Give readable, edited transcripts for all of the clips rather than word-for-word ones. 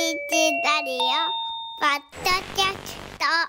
ラリオポッドキャス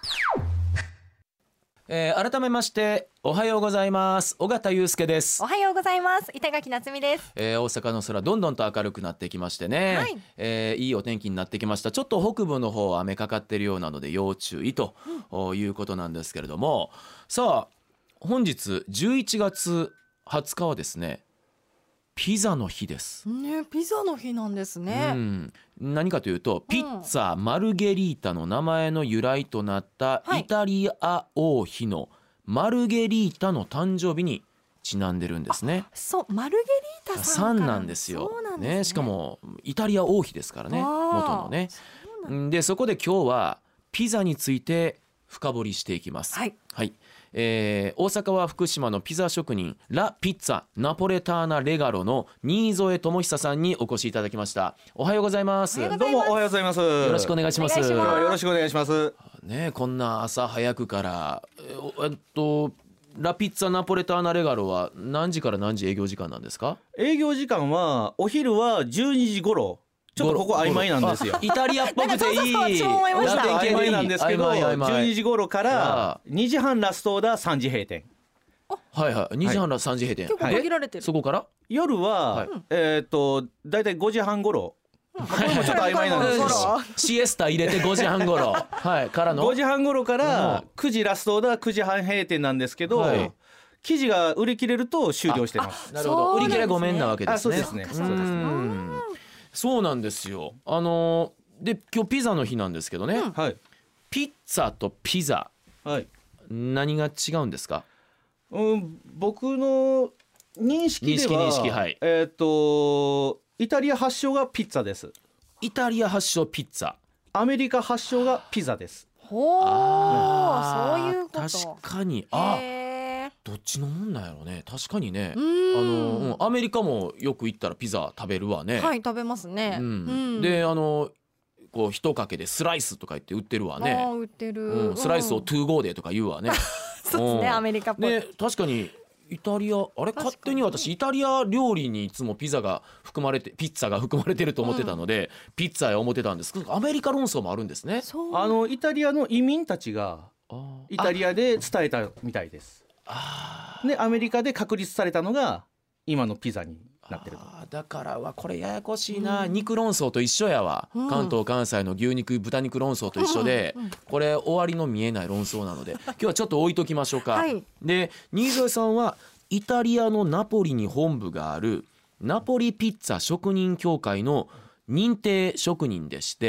ト。改めましておはようございます。尾形祐介です。 おはようございます。板垣夏美です。 大阪の空どんどんと明るくなってきましてね、はいいいお天気になってきました。ちょっと北部の方は雨かかってるようなので要注意ということなんですけれども、さあ本日11月20日はですねピザの日ですね。ピザの日なんですね。 何かというとピッツァマルゲリータの名前の由来となったイタリア王妃のマルゲリータの誕生日にちなんでるんですね。 そう、マルゲリータさんからなんですよ。 そうなんですね。 しかもイタリア王妃ですからね、元のね。でそこで今日はピザについて深掘りしていきます。はい、大阪は福島のピザ職人ラ・ピッツァナポレターナ・レガロの新添智久さんにお越しいただきました。おはようございます。 どうもおはようございます。よろしくお願いします。 よろしくお願いしますね。こんな朝早くからラ・ピッツァナポレターナ・レガロは何時から何時営業時間なんですか？ 営業時間はお昼は12時頃。ちょっとここ曖昧なんですよ。 イタリアっぽくていい。 曖昧なんですけど、12時頃から2時半ラストオーダー3時閉店。 はいはい。2時半ラ3時閉店。 結構限られてる。 そこから夜はだいたい5時半頃。これもちょっと曖昧なんですけど、 シエスタ入れて5時半頃からの 5時半頃から9時ラストオーダー9時半閉店なんですけど、生地が売り切れると終了してます。 なるほど。売り切れごめんなわけですね。 そうですね。 そうなんですよ。で今日ピザの日なんですけどね、ピッツァとピザ、何が違うんですか？ 僕の認識ではイタリア発祥がピッツァです。 イタリア発祥ピッツァ、 アメリカ発祥がピザです。 ほー、そういうこと。 確かにどっちのもんなんやろね。確かにね。アメリカもよく行ったらピザ食べるわね。 はい、食べますね。 でこう一かけでスライスとか言って売ってるわね。 売ってる。 スライスをトゥーゴーでとか言うわね。 そうですね、アメリカっぽい。 確かにイタリア勝手に私イタリア料理にいつもピッツァが含まれてると思ってたので、ピッツァや思ってたんですけど、アメリカ論争もあるんですね。 イタリアの移民たちがイタリアで伝えたみたいです。でアメリカで確立されたのが今のピザになってると。 だからこれややこしいな。肉論争と一緒やわ。関東関西の牛肉豚肉論争と一緒で、これ終わりの見えない論争なので今日はちょっと置いときましょうか。で新添さんはイタリアのナポリに本部があるナポリピッツァ職人協会の認定職人でして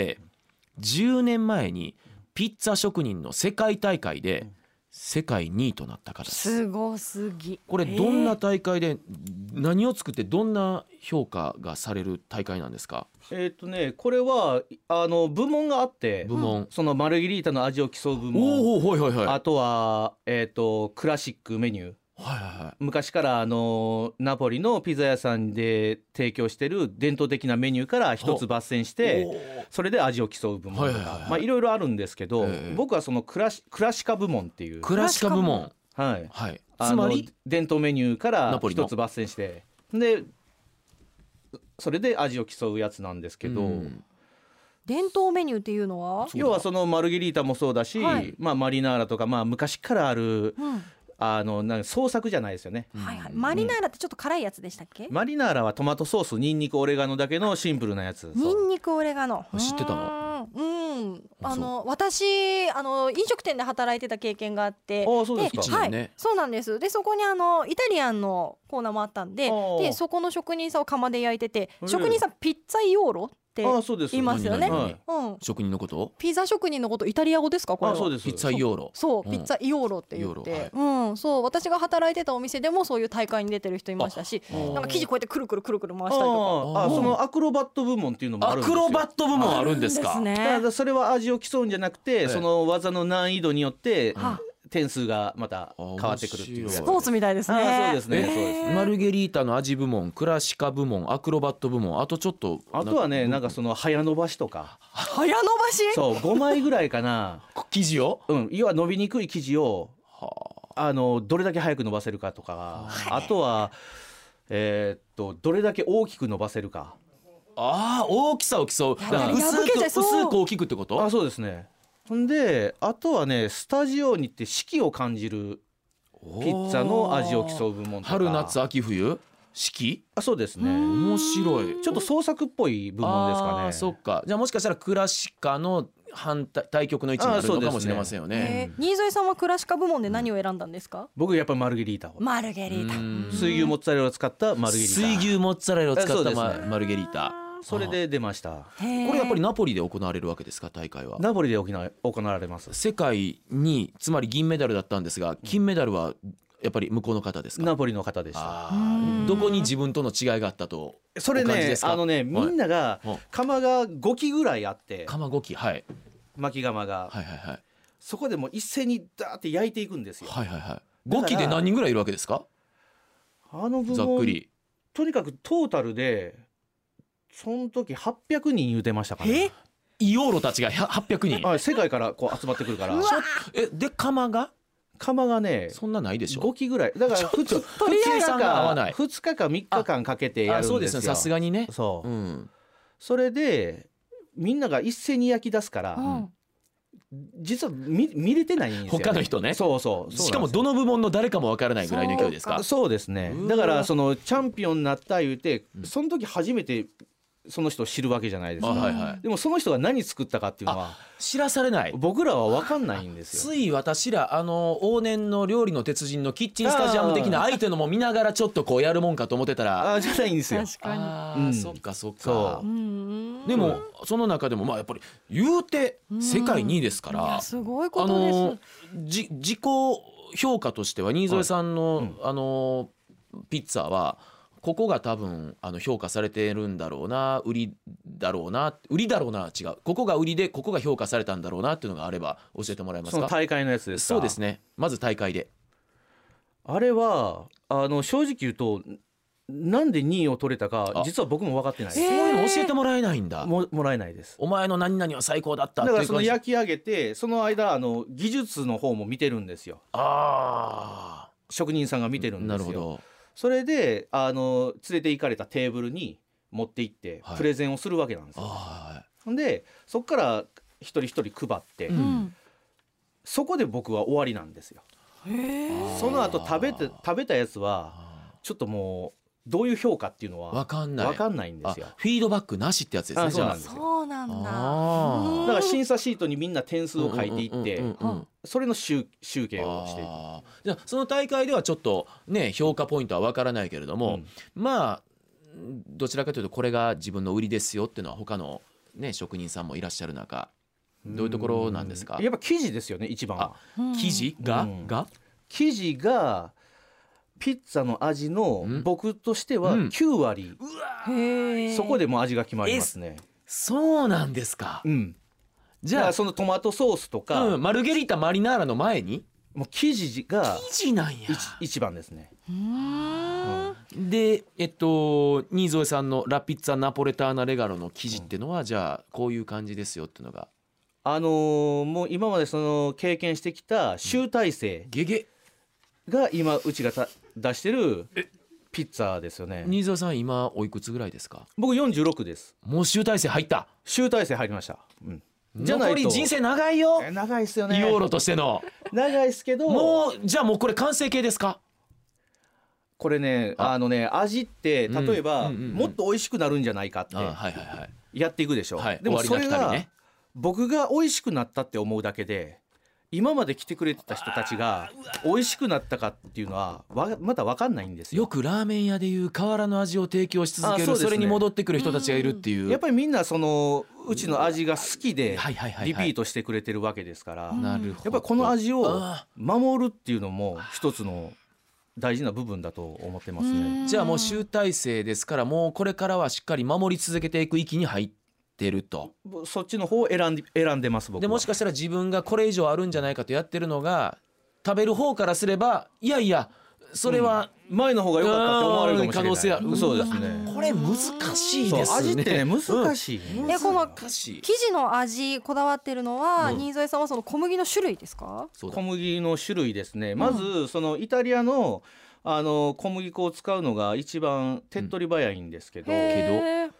、10年前にピッツァ職人の世界大会で世界2位となった方です。 すごすぎ。 これどんな大会で何を作ってどんな評価がされる大会なんですか？ これは部門があって、そのマルゲリータの味を競う部門、あとはクラシックメニュー、昔からナポリのピザ屋さんで提供してる伝統的なメニューから一つ抜粋してそれで味を競う部門とかいろいろあるんですけど、僕はそのクラシカ部門っていうクラシカ部門、 つまり伝統メニューから一つ抜粋してでそれで味を競うやつなんですけど、 伝統メニューっていうのは要はそのマルゲリータもそうだし、マリナーラとか昔からある創作じゃないですよね。 マリナーラってちょっと辛いやつでしたっけ？ マリナーラはトマトソース、ニンニク、オレガノだけのシンプルなやつ。 ニンニク、オレガノ知ってたの？ 私飲食店で働いてた経験があって、 そうですか。 そうなんです。でそこにイタリアンのコーナーもあったんで、そこの職人さんを窯で焼いてて、職人さんピッツァイオーロって言いますよね。 職人のことをピザ職人のことイタリア語ですか？これはそうです。 ピッツァイオーロ。 そうピッツァイオーロって言って、そう私が働いてたお店でもそういう大会に出てる人いましたし、なんか生地こうやってくるくる回したりとか。 そのアクロバット部門っていうのもあるんですよ。 アクロバット部門あるんですか？ それは味を競うんじゃなくて、その技の難易度によって点数がまた変わってくるっていう。 スポーツみたいですね。 そうですね。 マルゲリータの味部門、クラシカ部門、アクロバット部門、あとはね、 なんかその早伸ばしとか。 早伸ばし？ そう5枚ぐらいかな。 生地を？ 要は伸びにくい生地をどれだけ早く伸ばせるかとか、あとはどれだけ大きく伸ばせるか。 大きさを競う。だから薄く大きくってこと？ そうですね。ほんであとはね、スタジオに行って四季を感じるピッツァの味を競う部門とか。 春夏秋冬四季？ そうですね。 面白い。 ちょっと創作っぽい部門ですかね。 そっか。じゃあもしかしたらクラシカの対極の位置になるのかもしれませんよね。 新添さんはクラシカ部門で何を選んだんですか？ 僕やっぱりマルゲリータを。 マルゲリータ。 水牛モッツァレラを使ったマルゲリータ。 水牛モッツァレラを使ったマルゲリータ。 それで出ました。 これやっぱりナポリで行われるわけですか？大会はナポリで行われます。 世界につまり銀メダルだったんですが、金メダルはやっぱり向こうの方ですか？ ナポリの方でした。 どこに自分との違いがあったと？ それね、みんなが釜が5基ぐらいあって、 釜5基、はい、 巻き釜が、そこでもう一斉にダーって焼いていくんですよ。 5基で何人ぐらいいるわけですか？ 部門ざっくりとにかくトータルでその時800人言うてましたからね。 イオーロたちが800人世界からこう集まってくるから。 で釜がねそんなないでしょ。 5基ぐらいだから2日か3日間かけてやるんですよ。 そうですね、さすがにね。 それでみんなが一斉に焼き出すから、実は見れてないんですよ、 他の人ね。 そうしかもどの部門の誰かもわからないぐらいの勢いですか？ そうですね。だからそのチャンピオンになった言うて、その時初めてその人を知るわけじゃないですか。でもその人が何作ったかっていうのは知らされない。 僕らは分かんないんですよ。 つい私ら往年の料理の鉄人のキッチンスタジアム的な相手のも見ながらちょっとこうやるもんかと思ってたらじゃないんですよ。 確かに。 そっかでもその中でもやっぱり言うて世界2位ですから、 すごいことです。 自己評価としては新添さんのピッツァはここが多分評価されてるんだろうな、売りだろうな違う、ここが売りでここが評価されたんだろうなっていうのがあれば教えてもらえますか？ その大会のやつですか？ そうですね、まず大会で。 あれは正直言うとなんで2位を取れたか実は僕も分かってないです。 そういうの教えてもらえないんだ。 もらえないです。 お前の何々は最高だったっていう感じ。 だからその焼き上げてその間技術の方も見てるんですよ。職人さんが見てるんですよ。なるほど。それで連れて行かれたテーブルに持って行ってプレゼンをするわけなんですよ。でそこから一人一人配って、そこで僕は終わりなんですよ。その後食べたやつはちょっともうどういう評価っていうのは分かんないんですよ。 フィードバックなしってやつですね。 そうなんだ。 だから審査シートにみんな点数を書いていってそれの集計をしていく。 じゃあその大会ではちょっとね評価ポイントは分からないけれども、どちらかというとこれが自分の売りですよっていうのは他のね職人さんもいらっしゃる中どういうところなんですか？ やっぱ生地ですよね一番は。 生地生地がピッツァの味の僕としては9割、そこでも味が決まりますね。 そうなんですか。 じゃあそのトマトソースとか、 マルゲリータマリナーラの前にもう生地がなんや一番ですね。 で新添さんのラピッツァナポレターナレガロの生地っていうのはじゃあこういう感じですよっていうのがもう今までその経験してきた集大成が今うちが出してるピッツァですよね。 新添さん今おいくつぐらいですか？ 僕46です。 もう集大成入った？ 集大成入りました。 じゃないと残り人生長いよ。 長いっすよね。 イオーロとしての長いっすけどじゃあもうこれ完成形ですか？ これね味って例えばもっと美味しくなるんじゃないかってやっていくでしょ。でもそれが僕が美味しくなったって思うだけで今まで来てくれてた人たちが美味しくなったかっていうのはまだ分かんないんですよ。 よくラーメン屋でいう変わらぬ味を提供し続ける、それに戻ってくる人たちがいるっていう。 やっぱりみんなそのうちの味が好きでリピートしてくれてるわけですから、やっぱりこの味を守るっていうのも一つの大事な部分だと思ってますね。 じゃあもう集大成ですからもうこれからはしっかり守り続けていく域に入ってると。 そっちの方を選んでます僕は。 でもしかしたら自分がこれ以上あるんじゃないかとやってるのが食べる方からすればいやいやそれは前の方が良かったって思われるかもしれない。可能性ある。そうですね。 これ難しいですね。 味ってね難しい。 この生地の味こだわってるのは新添さんはその小麦の種類ですか？ 小麦の種類ですね。まずそのイタリアの小麦粉を使うのが一番手っ取り早いんですけど、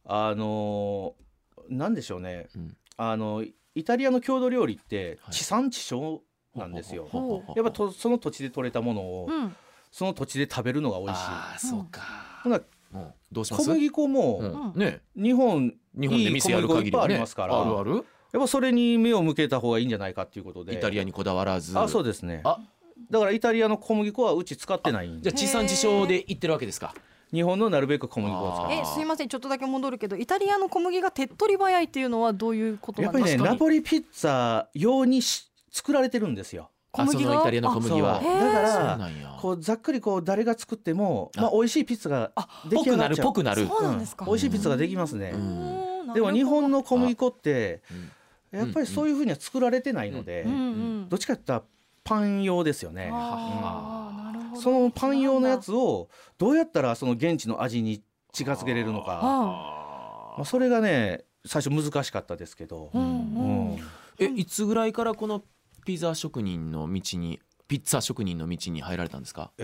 なんでしょうね、イタリアの郷土料理って地産地消なんですよ。やっぱその土地で採れたものを、その土地で食べるのが美味しい。 そうか。 ほなどうします？ 小麦粉も、日本で店やる限りいっぱいありますから、やっぱそれに目を向けた方がいいんじゃないかっていうことで、 イタリアにこだわらず。 そうですね。だからイタリアの小麦粉はうち使ってないんで。 じゃあ地産地消でいってるわけですか。 日本のなるべく小麦粉を使う。 すいません、ちょっとだけ戻るけど、イタリアの小麦が手っ取り早いっていうのはどういうことなんですか？ やっぱりね、ナポリピッツァ用に作られてるんですよ。 小麦が。 そのイタリアの小麦は。 だからこうざっくりこう誰が作っても美味しいピッツァが出来上がっちゃう。 ぽくなる。 そうなんですか。 美味しいピッツァができますね。でも日本の小麦粉ってやっぱりそういう風には作られてないので、どっちかって言ったらパン用ですよね。そのパン用のやつをどうやったらその現地の味に近づけれるのか、それがね最初難しかったですけど。 いつぐらいからこのピッツァ職人の道に入られたんですか？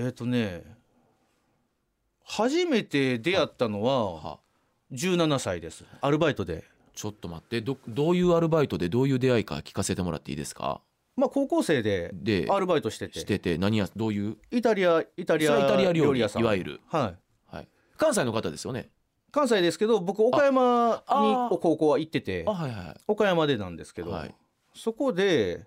初めて出会ったのは17歳です。アルバイトで。 ちょっと待って、どういうアルバイトでどういう出会いか聞かせてもらっていいですか？ 高校生でアルバイトしててどういうイタリア料理屋さん、 いわゆる、関西の方ですよね。 関西ですけど、僕岡山に高校は行ってて、岡山でなんですけど、そこで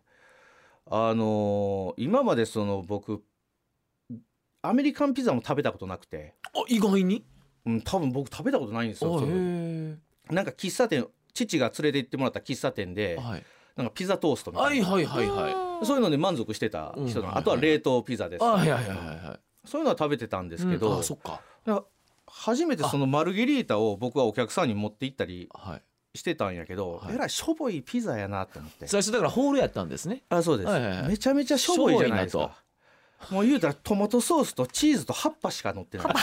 今まで僕アメリカンピザも食べたことなくて。 意外に？ 多分僕食べたことないんですよ。なんか喫茶店、父が連れて行ってもらった喫茶店で、なんかピザトーストみたいな、そういうので満足してた人なの。あとは冷凍ピザです、そういうのは食べてたんですけど、初めてそのマルゲリータを僕はお客さんに持って行ったりしてたんやけど、えらいしょぼいピザやなと思って。 最初だからホールやったんですね。 そうです、めちゃめちゃしょぼいじゃないですか。もう言うたらトマトソースとチーズと葉っぱしか乗ってない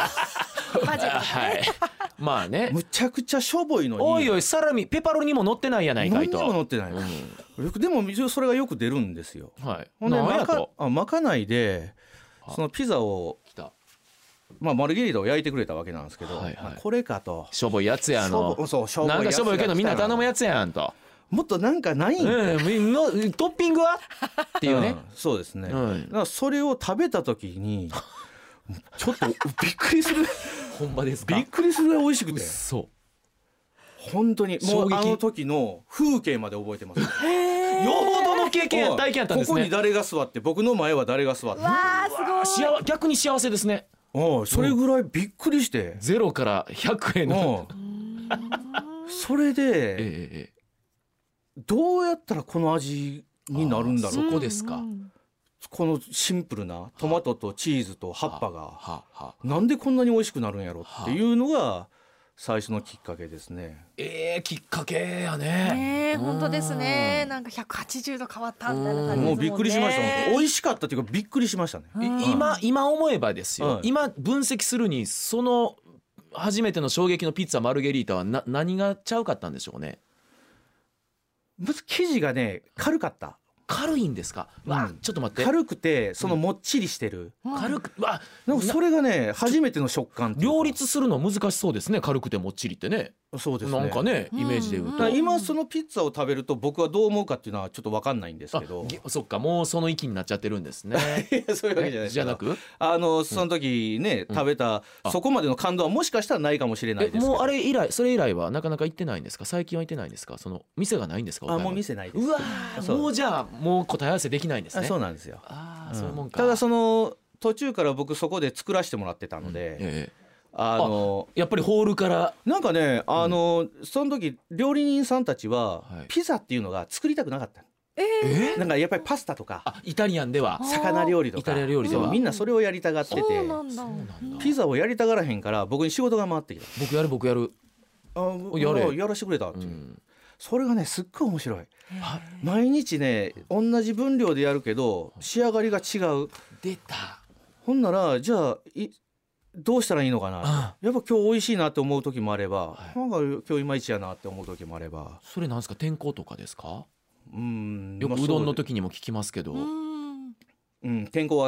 まあね、 むちゃくちゃしょぼいのに、 おいおいサラミペパロニも乗ってないやないかいと。 何にも乗ってない、でもそれがよく出るんですよ。ほんでまかないでそのピザをマルゲリータを焼いてくれたわけなんですけど、これかと。 しょぼいやつやの。なんかしょぼいけどみんな頼むやつやんと。 もっとなんかないんだ、 トッピングはっていうね。 そうですね。だからそれを食べた時にちょっとびっくりする。 本場ですか？ びっくりするぐらい美味しくて。本当にもうあの時の風景まで覚えてます。よほどの体験やったんですね。 ここに誰が座って、僕の前は誰が座って。 すごい。 逆に幸せですね。 それぐらいびっくりして、 0から100へのそれでどうやったらこの味になるんだろう。 そこですか。 このシンプルなトマトとチーズと葉っぱがなんでこんなに美味しくなるんやろっていうのが最初のきっかけですね。 きっかけやね。 本当ですね。なんか180度変わったみたいな感じですもんね。 もうびっくりしました。美味しかったっていうかびっくりしましたね。 今思えばですよ。今分析するにその初めての衝撃のピッツァマルゲリータは何がちゃうかったんでしょうね。 まず生地がね軽かった。 軽いんですか？ちょっと待って。 軽くてそのもっちりしてる。 軽くなんかそれがね初めての食感。 両立するの難しそうですね。軽くてもっちりってね。 そうですね。 なんかねイメージで言うと。 今そのピッツァを食べると僕はどう思うかっていうのはちょっと分かんないんですけど。 そっか、もうその域になっちゃってるんですね。 そういうわけじゃないです。じゃなくその時ね食べたそこまでの感動はもしかしたらないかもしれないですけど。 もうそれ以来はなかなか行ってないんですか？最近は行ってないんですか？その店がないんですか？ もう店ないです。 うわもうじゃあもう答え合わせできないんですね。 そうなんですよ。 そういうもんか。 ただその途中から僕そこで作らせてもらってたので、 やっぱりホールからなんかねその時料理人さんたちはピザっていうのが作りたくなかった。なんかやっぱりパスタとかイタリアンでは魚料理とかイタリア料理ではみんなそれをやりたがってて、ピザをやりたがらへんから僕に仕事が回ってきた。 僕やるやらしてくれたっていう。それがねすっごい面白い。毎日ね同じ分量でやるけど仕上がりが違う。 出た。 ほんならじゃあどうしたらいいのかな。やっぱ今日美味しいなって思う時もあれば、なんか今日いまいちやなって思う時もあれば。 それなんですか？天候とかですか？よくううどんの時にも聞きますけど。 天候は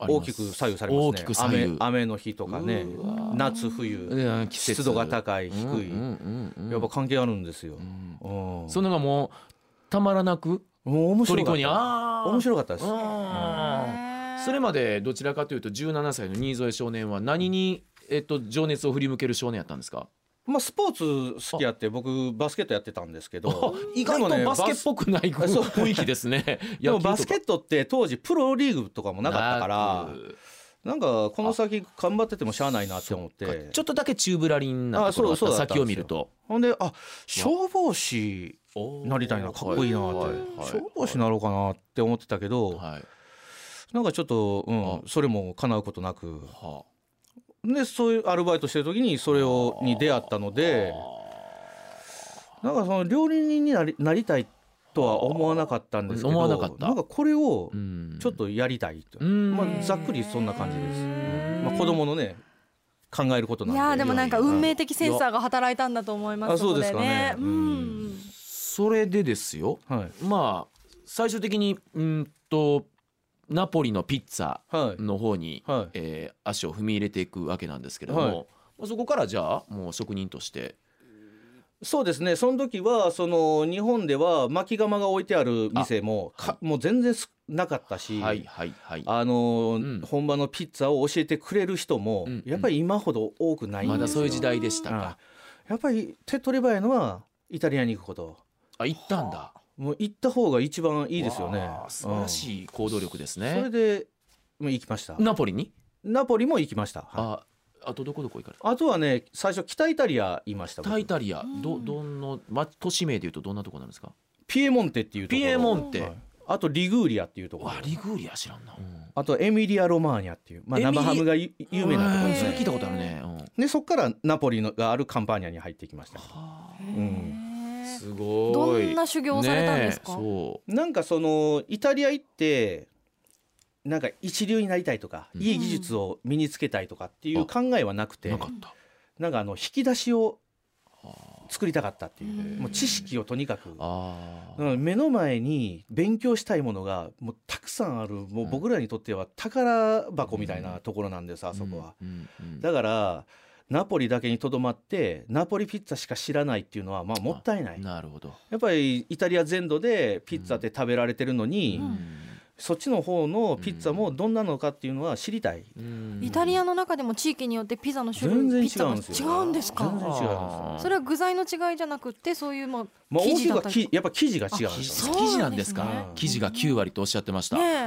大きく左右されますね。雨の日とかね、夏冬、湿度が高い低い、やっぱ関係あるんですよ。 そのがもうたまらなく面白かったです。 それまでどちらかというと17歳の新添少年は何に情熱を振り向ける少年やったんですか？ スポーツ好きやって僕バスケットやってたんですけど、 意外とバスケっぽくない雰囲気ですね。 でもバスケットって当時プロリーグとかもなかったから、なんかこの先頑張っててもしゃあないなって思って、 ちょっとだけ宙ぶらりんなところがあった先を見ると、 ほんで消防士なりたいな、かっこいいなって、消防士なろうかなって思ってたけど、なんかちょっとそれも叶うことなく、でそういうアルバイトしてる時にそれに出会ったので、なんかその料理人になりたいとは思わなかったんですけど、なんかこれをちょっとやりたいと、ざっくりそんな感じです。子供のね考えることなんで。 いやでもなんか運命的センサーが働いたんだと思います。 そうですかね。 それでですよ、最終的にナポリのピッツァの方に、足を踏み入れていくわけなんですけれども、そこからじゃあもう職人として。 そうですね、その時はその日本では巻き窯が置いてある店ももう全然なかったし、本場のピッツァを教えてくれる人もやっぱり今ほど多くないんですよ。 まだそういう時代でしたか。 やっぱり手っ取り早いのはイタリアに行くこと。 行ったんだ。 もう行った方が一番いいですよね。 素晴らしい行動力ですね。 それで行きました。 ナポリも行きました。 あとどこ行かれた？ あとはね、最初北イタリアいました。 北イタリア、どの都市名でいうとどんなとこなんですか？ ピエモンテっていうところ。 ピエモンテ、 あとリグーリアっていうところ。 リグーリア知らんな。 あとエミリア・ロマーニャっていう、生ハムが有名なところですね。 それ聞いたことあるね。 でそこからナポリがあるカンパーニャに入ってきました。 すごい。 どんな修行をされたんですか？ なんかそのイタリア行ってなんか一流になりたいとか、いい技術を身につけたいとかっていう考えはなくて、なんか引き出しを作りたかったっていう、もう知識をとにかく、目の前に勉強したいものがもうたくさんある、もう僕らにとっては宝箱みたいなところなんです、あそこは。だからナポリだけにとどまってナポリピッツァしか知らないっていうのはもったいない。 なるほど。 やっぱりイタリア全土でピッツァって食べられてるのに、そっちの方のピッツァもどんなのかっていうのは知りたい。 イタリアの中でも地域によってピザの種類、 全然違うんですよ。違うんですか？ 全然違うんです。 それは具材の違いじゃなくて、そういう生地だったり、やっぱ生地が違うんですよ。 生地なんですか？生地が9割とおっしゃってました。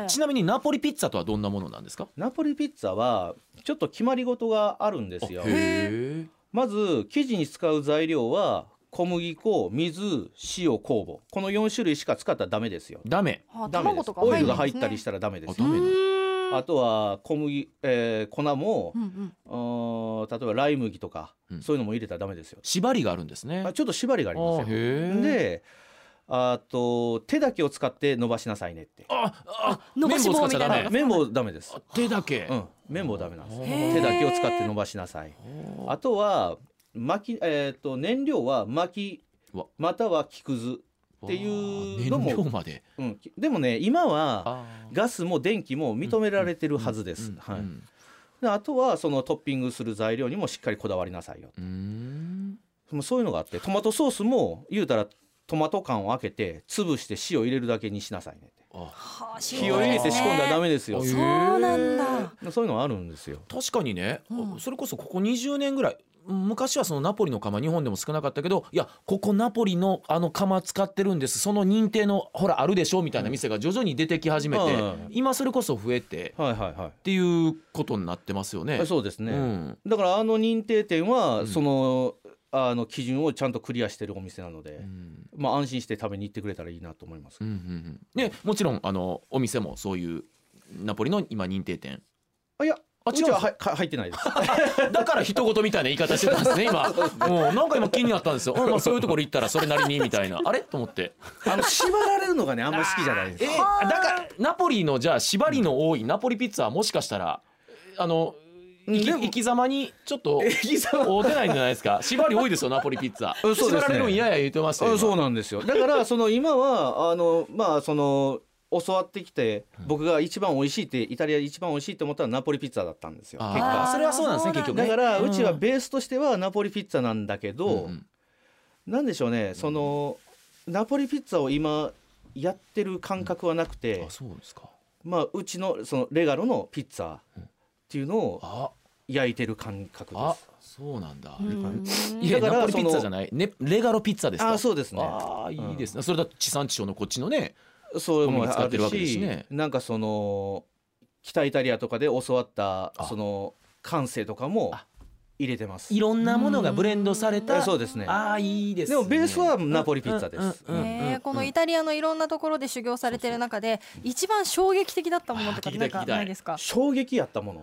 ちなみにナポリピッツァとはどんなものなんですか？ ナポリピッツァはちょっと決まり事があるんですよ。まず生地に使う材料は小麦粉、水、塩、酵母、この4種類しか使ったらダメですよ。 ダメ。 卵とかオイルが入ったりしたらダメです。あとは小麦、粉も、例えばライ麦とか、そういうのも入れたらダメですよ。 縛りがあるんですね。 ちょっと縛りがありますよ。で、手だけを使って伸ばしなさいねって。 伸ばし棒みたいな。 綿棒ダメです。 手だけ。 綿棒ダメなんです。手だけを使って伸ばしなさい。あとは燃料は薪または木くずっていうのも、 燃料まで、 でもね今はガスも電気も認められてるはずです。あとはそのトッピングする材料にもしっかりこだわりなさいよ。そういうのがあって、トマトソースも言うたらトマト缶を開けて潰して塩入れるだけにしなさいねって。火を入れて仕込んだらダメですよ。 そうなんだ。 そういうのあるんですよ。 確かにね、それこそここ20年ぐらい昔はそのナポリの窯日本でも少なかったけど、いやここナポリの窯使ってるんです、その認定のほらあるでしょみたいな店が徐々に出てき始めて、今それこそ増えてっていうことになってますよね。 そうですね、だから認定店はその基準をちゃんとクリアしてるお店なので、安心して食べに行ってくれたらいいなと思います。 でもちろんお店もそういうナポリの今認定店、 いやうちは入ってないですだから一言みたいな言い方してたんですね今。なんか今気になったんですよ。そういうところ行ったらそれなりにみたいなあれと思って、 縛られるのがねあんまり好きじゃないです。 だからナポリのじゃあ縛りの多いナポリピッツァはもしかしたら生き様にちょっと合うてないんじゃないですか。縛り多いですよナポリピッツァ。縛られるん嫌や言ってましたよ。 そうなんですよ。だから今はその教わってきて、僕が一番美味しいってイタリアで一番美味しいと思ったのはナポリピッツァだったんですよ。結果それはそうなんですね結局ね。 だからうちはベースとしてはナポリピッツァなんだけど、なんでしょうね、そのナポリピッツァを今やってる感覚はなくて、 そうですか。 まあうちのそのレガロのピッツァっていうのを焼いてる感覚です。 そうなんだ。いや、ナポリピッツァじゃない、ね、レガロピッツァですか。 そうですね。 いいですね。それだと地産地消のこっちのね、 そういうもの使ってるわけですしね。 なんかその北イタリアとかで教わったその感性とかも入れてます。 いろんなものがブレンドされた。 そうですね。 いいですね。 でもベースはナポリピッツァです。 このイタリアのいろんなところで修行されてる中で一番衝撃的だったものとかなんかないですか？ 衝撃やったもの。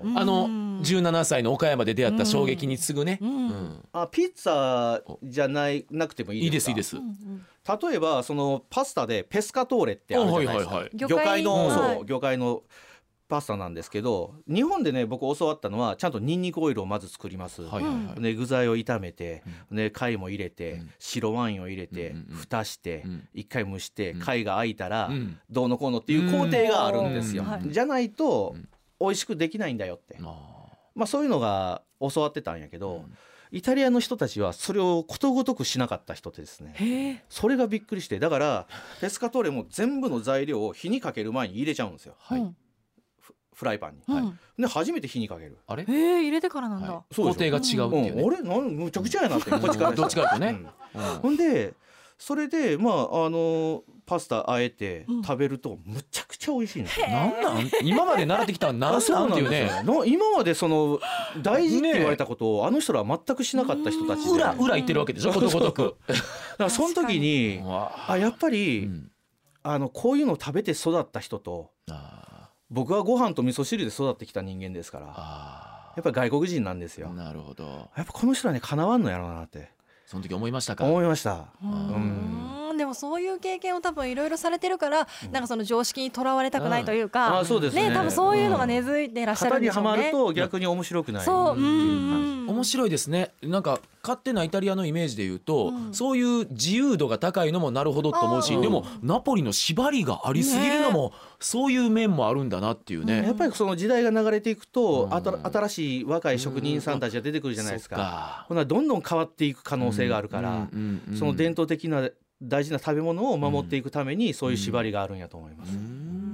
17歳の岡山で出会った衝撃に次ぐね。 ピッツァじゃなくてもいいですか？ いいです。 例えばそのパスタでペスカトーレってあるじゃないですか。魚介のパスタなんですけど、日本でね僕教わったのはちゃんとニンニクオイルをまず作ります。で具材を炒めて、で貝も入れて、白ワインを入れて、蓋して一回蒸して貝が開いたらどうのこうのっていう工程があるんですよ。じゃないと美味しくできないんだよって、まあそういうのが教わってたんやけど、イタリアの人たちはそれをことごとくしなかった人ってですね、それがびっくりして、だからペスカトーレも全部の材料を火にかける前に入れちゃうんですよ。フライパンに、で初めて火にかける。 入れてからなんだ。 工程が違うっていうね。 あれむちゃくちゃやなってこっちからどっちかとね。 ほんでそれでパスタあえて食べるとむちゃくちゃ美味しいんですよ。 なん今まで習ってきたのなんなんていうね。 今までその大事って言われたことをあの人らは全くしなかった人たちで裏言ってるわけでしょ、ことごとく。 だからその時にやっぱりこういうのを食べて育った人と、僕はご飯と味噌汁で育ってきた人間ですから、やっぱり外国人なんですよ。 なるほど。 やっぱこの人はねかなわんのやろうなってその時思いましたか？ 思いました。 でもそういう経験を多分いろいろされてるから、なんかその常識にとらわれたくないというか、 そうですね。 多分そういうのが根付いてらっしゃるんでしょうね。 型にはまると逆に面白くない。 面白いですね。なんか勝手なイタリアのイメージで言うと、そういう自由度が高いのもなるほどと思うし、でもナポリの縛りがありすぎるのもそういう面もあるんだなっていうね。 やっぱりその時代が流れていくと、新しい若い職人さんたちが出てくるじゃないですか。ほなどんどん変わっていく可能性があるから、その伝統的な大事な食べ物を守っていくためにそういう縛りがあるんやと思います。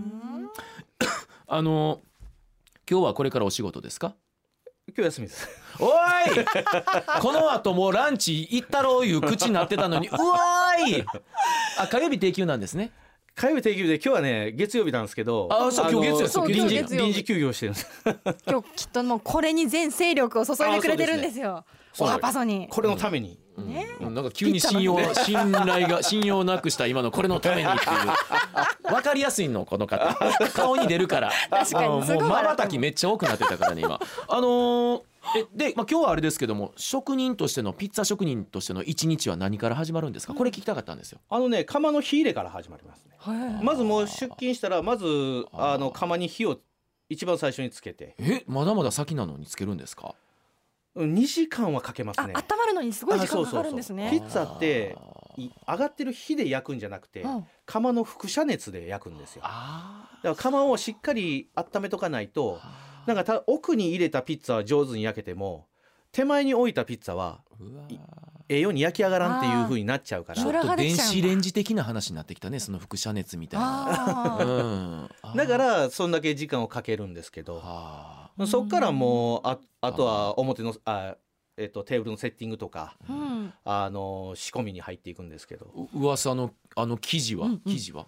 今日はこれからお仕事ですか？ 今日休みです。 おいこの後もうランチ行ったろういう口になってたのにうわーい火曜日定休なんですね。 火曜日定休で今日はね月曜日なんですけど、 今日月曜臨時休業してるんです。 今日きっともうこれに全勢力を注いでくれてるんですよ。おはパソにこれのために、 なんか急に信用なくした今のこれのためにっていう分かりやすいのこの方顔に出るから確かにもう瞬きめっちゃ多くなってたからね今。で、今日はあれですけども、職人としてのピッツァ職人としての一日は何から始まるんですか？これ聞きたかったんですよ。 窯の火入れから始まりますね。まずもう出勤したらまず窯に火を一番最初につけて。 まだまだ先なのにつけるんですか ？2時間はかけますね。 温まるのにすごい時間かかるんですね。 ピッツァって上がってる火で焼くんじゃなくて、窯の輻射熱で焼くんですよ。だから窯をしっかり温めとかないと、なんか奥に入れたピッツァは上手に焼けても手前に置いたピッツァはように焼き上がらんっていう風になっちゃうから。 ちょっと電子レンジ的な話になってきたね、その輻射熱みたいな。 だからそんだけ時間をかけるんですけど、そっからもうあとは表のテーブルのセッティングとか、仕込みに入っていくんですけど、 噂の生地は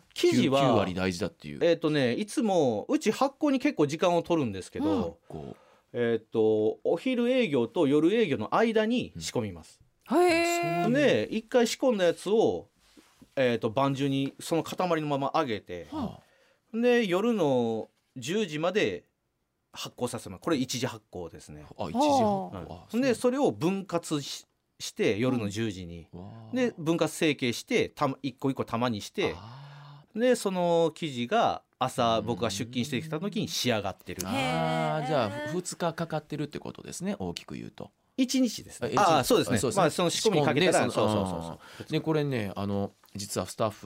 9割大事だっていう。 いつもうち発酵に結構時間を取るんですけど、お昼営業と夜営業の間に仕込みます。で一回仕込んだやつを晩中にその塊のまま揚げて、で夜の10時まで発酵させます。これ一次発酵ですね。 一次発酵。 でそれを分割して夜の10時に、で分割成形して一個一個玉にして、でその生地が朝僕が出勤してきた時に仕上がってる。 じゃあ2日かかってるってことですね、大きく言うと。 1日ですね。そうですね。その仕込みにかけたら。でこれね実はスタッフが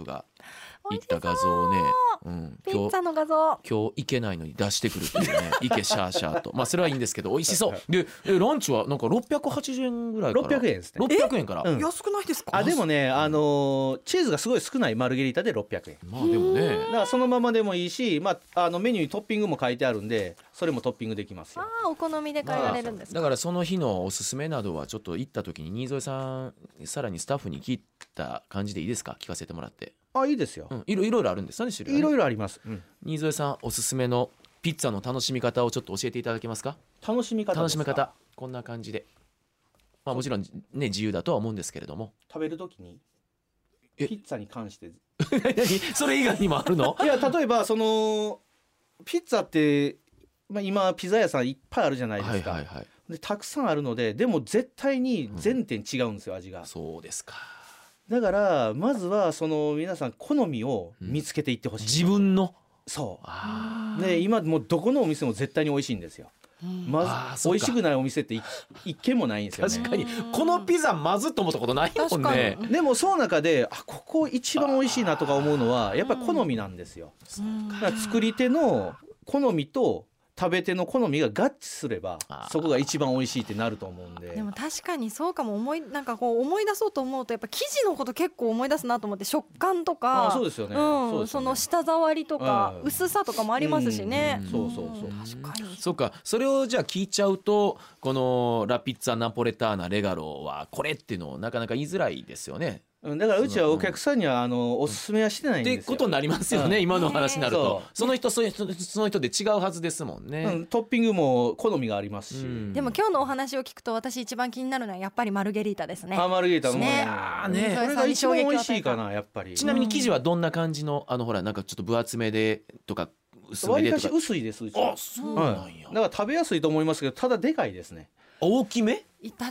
行った画像をね、 ピッツァの画像今日行けないのに出してくるっていうね行けシャーシャーと、まあそれはいいんですけど美味しそうで、ランチはなんか680円ぐらいから 600円ですね。 600円から、 安くないですか？ でもねチーズがすごい少ないマルゲリータで600円。 まあでもね、 だからそのままでもいいし、まあメニューにトッピングも書いてあるんでそれもトッピングできますよ。 お好みで変えられるんですか？ だからその日のおすすめなどはちょっと行った時に新添さんさらにスタッフに聞いた感じでいいですか？聞かせてもらって。 いいですよ。 いろいろあるんですよね、種類はね。 いろいろあります。 新添さんおすすめのピッツァの楽しみ方をちょっと教えていただけますか？ 楽しみ方こんな感じで、まあもちろんね自由だとは思うんですけれども、 食べるときにピッツァに関してそれ以外にもあるの？ いや例えばそのピッツァって、今ピザ屋さんいっぱいあるじゃないですか。でたくさんあるので、でも絶対に全店違うんですよ、味が。 そうですか。 だからまずはその皆さん好みを見つけていってほしい、 自分の。 そうで今もうどこのお店も絶対に美味しいんですよ。まず美味しくないお店って一軒もないんですよね。 確かにこのピザまずっと思ったことないもんね。 でもその中でここ一番美味しいなとか思うのはやっぱり好みなんですよ。だから作り手の好みと食べ手の好みが合致すればそこが一番美味しいってなると思うんで。 でも確かにそうかも。なんかこう思い出そうと思うとやっぱ生地のこと結構思い出すなと思って、食感とかそうですよね、 その舌触りとか薄さとかもありますしね。 そう確かに。 そうか、それをじゃあ聞いちゃうとこのラピッツァナポレターナレガロはこれっていうのをなかなか言いづらいですよね。 だからうちはお客さんにはおすすめはしてないんですよ。 ってことになりますよね、今の話になると。その人で違うはずですもんね。 トッピングも好みがありますし。 でも今日のお話を聞くと私一番気になるのはやっぱりマルゲリータですね。 マルゲリータもね、 これが一番美味しいかな、やっぱり。 ちなみに生地はどんな感じのほらなんかちょっと分厚めでとか薄めでとか。 割かし薄いですうち。 そうなんや。 だから食べやすいと思いますけど、ただでかいですね。 大きめ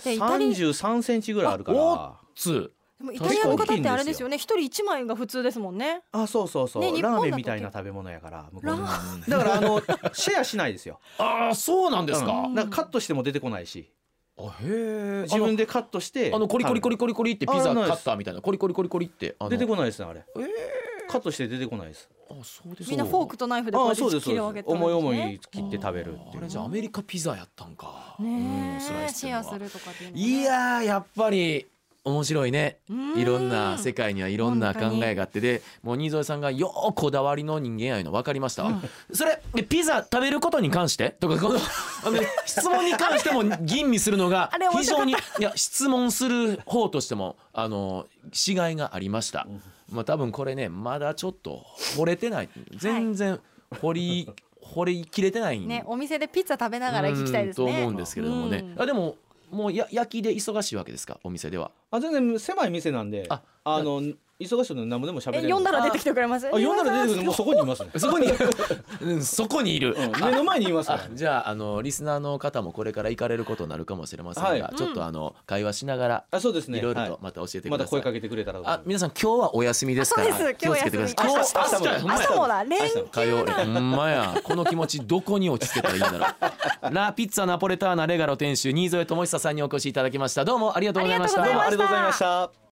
？33センチぐらいあるから。 でもイタリアの方ってあれですよね、一人一枚が普通ですもんね。 そう、ね、ラーメンみたいな食べ物やから向こうだからシェアしないですよ。 そうなんですか。 だからカットしても出てこないし。 へ自分でカットしてコリコリコリコリコリってピザカッターみたいなコリコリコリコリって出てこないですね、あれ。カットして出てこないです。 そうです。 みんなフォークとナイフでこうやって切り分けて、 思い思い切って食べるっていう。 あれじゃあアメリカピザやったんか。 スライスシェアするとかっていうのね。 いややっぱり面白いね。いろんな世界にはいろんな考えがあって、でもう新添さんがようこだわりの人間やいうの分かりました。それピザ食べることに関してとかこの質問に関しても吟味するのが非常に質問する方としてもしがいがありました。多分これねまだちょっと掘れてない、全然掘りきれてないね。お店でピッツァ食べながら行きたいですねと思うんですけれどもね。でももう焼きで忙しいわけですか、お店では。 全然狭い店なんで忙しいの何もでも喋れる。 呼んだら出てきてくれます？ 呼んだら出てくる。もうそこにいますね。 そこにいる。 目の前にいます。 じゃあリスナーの方もこれから行かれることになるかもしれませんが、ちょっと会話しながらそうですね、 いろいろとまた教えてください。 また声かけてくれたら。 皆さん今日はお休みですから気をつけてください。 明日もだ。連休だ。 ほんまや、この気持ちどこに落ち着けたらいいんだろう。ラピッツァナポレターナレガロ店主新添智久さんにお越しいただきました。どうもありがとうございました。 どうもありがとうございました。